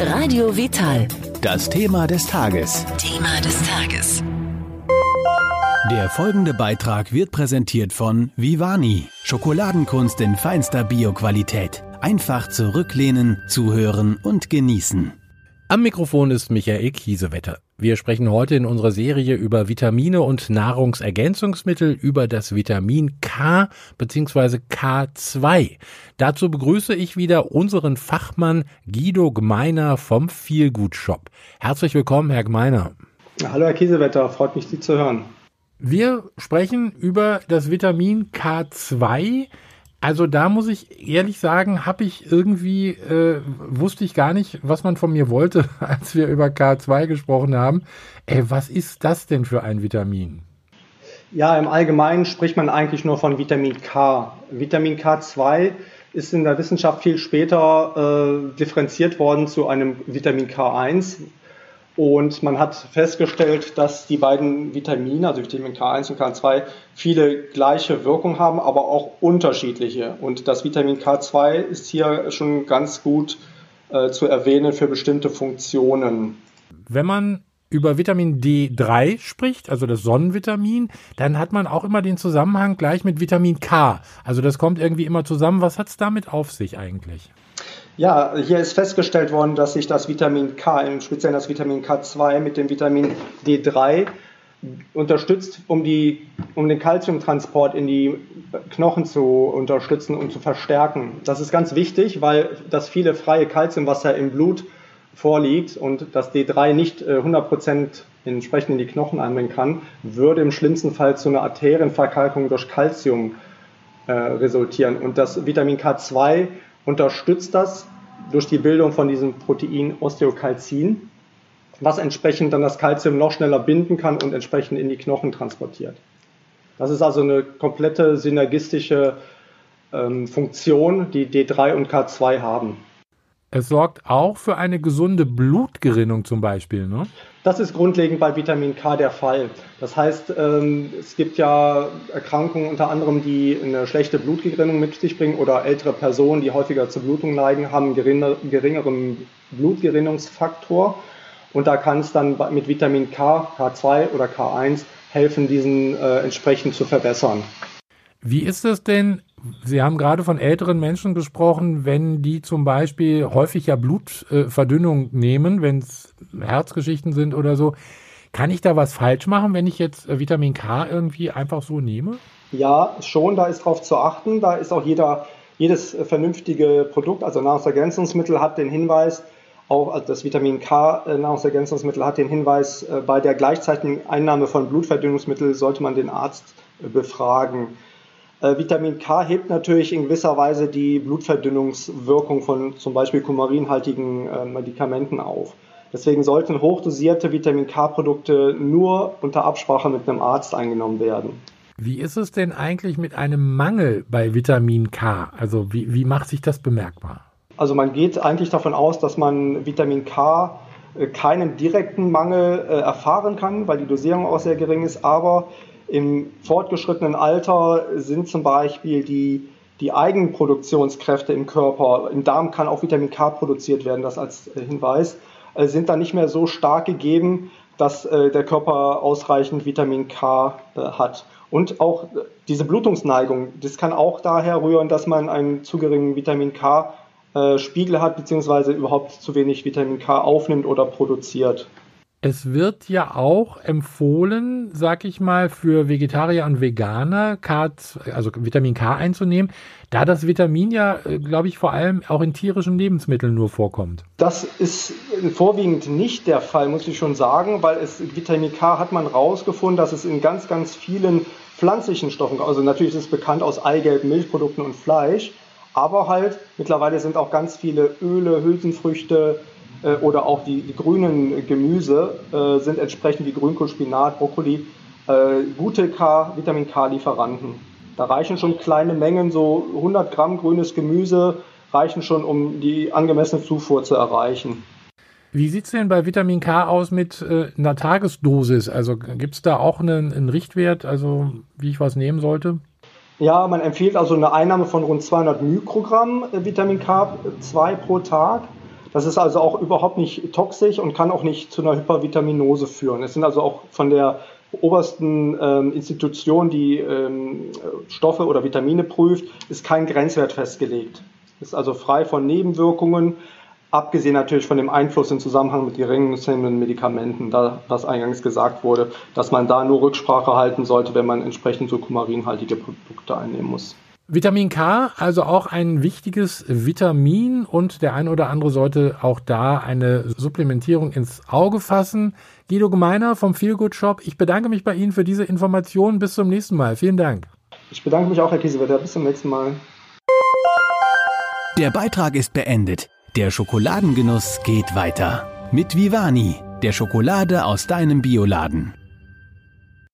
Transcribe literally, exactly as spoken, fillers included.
Radio Vital. Das Thema des Tages. Thema des Tages. Der folgende Beitrag wird präsentiert von Vivani. Schokoladenkunst in feinster Bioqualität. Einfach zurücklehnen, zuhören und genießen. Am Mikrofon ist Michael Kiesewetter. Wir sprechen heute in unserer Serie über Vitamine und Nahrungsergänzungsmittel, über das Vitamin K bzw. K zwei. Dazu begrüße ich wieder unseren Fachmann Guido Gmeiner vom Feelgood Shop. Herzlich willkommen, Herr Gmeiner. Hallo, Herr Kiesewetter, freut mich, Sie zu hören. Wir sprechen über das Vitamin K zwei. Also da muss ich ehrlich sagen, habe ich irgendwie, äh, wusste ich gar nicht, was man von mir wollte, als wir über K zwei gesprochen haben. Ey, was ist das denn für ein Vitamin? Ja, im Allgemeinen spricht man eigentlich nur von Vitamin K. Vitamin K zwei ist in der Wissenschaft viel später äh, differenziert worden zu einem Vitamin K eins. Und man hat festgestellt, dass die beiden Vitamine, also Vitamin K eins und K zwei, viele gleiche Wirkung haben, aber auch unterschiedliche. Und das Vitamin K zwei ist hier schon ganz gut äh, zu erwähnen für bestimmte Funktionen. Wenn man über Vitamin D drei spricht, also das Sonnenvitamin, dann hat man auch immer den Zusammenhang gleich mit Vitamin K. Also das kommt irgendwie immer zusammen. Was hat es damit auf sich eigentlich? Ja, hier ist festgestellt worden, dass sich das Vitamin K, im Speziellen das Vitamin K zwei mit dem Vitamin D drei unterstützt, um, die, um den Calciumtransport in die Knochen zu unterstützen und zu verstärken. Das ist ganz wichtig, weil das viele freie Calciumwasser im Blut vorliegt und das D drei nicht hundert Prozent entsprechend in die Knochen einbringen kann, würde im schlimmsten Fall zu einer Arterienverkalkung durch Calcium äh, resultieren. Und das Vitamin K zwei unterstützt das durch die Bildung von diesem Protein Osteokalzin, was entsprechend dann das Calcium noch schneller binden kann und entsprechend in die Knochen transportiert. Das ist also eine komplette synergistische ähm, Funktion, die D drei und K zwei haben. Es sorgt auch für eine gesunde Blutgerinnung zum Beispiel, ne? Das ist grundlegend bei Vitamin K der Fall. Das heißt, ähm, es gibt ja Erkrankungen unter anderem, die eine schlechte Blutgerinnung mit sich bringen oder ältere Personen, die häufiger zur Blutung neigen, haben einen geringer, geringeren Blutgerinnungsfaktor. Und da kann es dann mit Vitamin K, K zwei oder K eins helfen, diesen äh, entsprechend zu verbessern. Wie ist es denn, Sie haben gerade von älteren Menschen gesprochen, wenn die zum Beispiel häufig ja Blutverdünnung nehmen, wenn es Herzgeschichten sind oder so. Kann ich da was falsch machen, wenn ich jetzt Vitamin K irgendwie einfach so nehme? Ja, schon, da ist drauf zu achten. Da ist auch jeder, jedes vernünftige Produkt, also Nahrungsergänzungsmittel hat den Hinweis, auch also das Vitamin K Nahrungsergänzungsmittel hat den Hinweis, bei der gleichzeitigen Einnahme von Blutverdünnungsmitteln sollte man den Arzt befragen. Äh, Vitamin K hebt natürlich in gewisser Weise die Blutverdünnungswirkung von zum Beispiel coumarinhaltigen äh, Medikamenten auf. Deswegen sollten hochdosierte Vitamin K-Produkte nur unter Absprache mit einem Arzt eingenommen werden. Wie ist es denn eigentlich mit einem Mangel bei Vitamin K? Also wie, wie macht sich das bemerkbar? Also man geht eigentlich davon aus, dass man Vitamin K äh, keinen direkten Mangel äh, erfahren kann, weil die Dosierung auch sehr gering ist, aber im fortgeschrittenen Alter sind zum Beispiel die, die Eigenproduktionskräfte im Körper, im Darm kann auch Vitamin K produziert werden, das als Hinweis, sind dann nicht mehr so stark gegeben, dass der Körper ausreichend Vitamin K hat. Und auch diese Blutungsneigung, das kann auch daher rühren, dass man einen zu geringen Vitamin K-Spiegel hat, beziehungsweise überhaupt zu wenig Vitamin K aufnimmt oder produziert. Es wird ja auch empfohlen, sag ich mal, für Vegetarier und Veganer, K, also Vitamin K einzunehmen, da das Vitamin ja, glaube ich, vor allem auch in tierischen Lebensmitteln nur vorkommt. Das ist vorwiegend nicht der Fall, muss ich schon sagen, weil es Vitamin K hat man rausgefunden, dass es in ganz, ganz vielen pflanzlichen Stoffen, also natürlich ist es bekannt aus Eigelb, Milchprodukten und Fleisch, aber halt mittlerweile sind auch ganz viele Öle, Hülsenfrüchte, oder auch die, die grünen Gemüse äh, sind entsprechend wie Grünkohl, Spinat, Brokkoli äh, gute K, Vitamin K-Lieferanten. Da reichen schon kleine Mengen, so hundert Gramm grünes Gemüse reichen schon, um die angemessene Zufuhr zu erreichen. Wie sieht es denn bei Vitamin K aus mit äh, einer Tagesdosis? Also gibt es da auch einen, einen Richtwert, also wie ich was nehmen sollte? Ja, man empfiehlt also eine Einnahme von rund zweihundert Mikrogramm Vitamin K zwei pro Tag. Das ist also auch überhaupt nicht toxisch und kann auch nicht zu einer Hypervitaminose führen. Es sind also auch von der obersten ähm, Institution, die ähm, Stoffe oder Vitamine prüft, ist kein Grenzwert festgelegt. Ist also frei von Nebenwirkungen, abgesehen natürlich von dem Einfluss im Zusammenhang mit gerinnungshemmenden Medikamenten, da, was eingangs gesagt wurde, dass man da nur Rücksprache halten sollte, wenn man entsprechend so kumarinhaltige Produkte einnehmen muss. Vitamin K, also auch ein wichtiges Vitamin, und der ein oder andere sollte auch da eine Supplementierung ins Auge fassen. Guido Gemeiner vom Feelgood Shop, ich bedanke mich bei Ihnen für diese Informationen. Bis zum nächsten Mal. Vielen Dank. Ich bedanke mich auch, Herr Kiesewetter. Bis zum nächsten Mal. Der Beitrag ist beendet. Der Schokoladengenuss geht weiter. Mit Vivani, der Schokolade aus deinem Bioladen.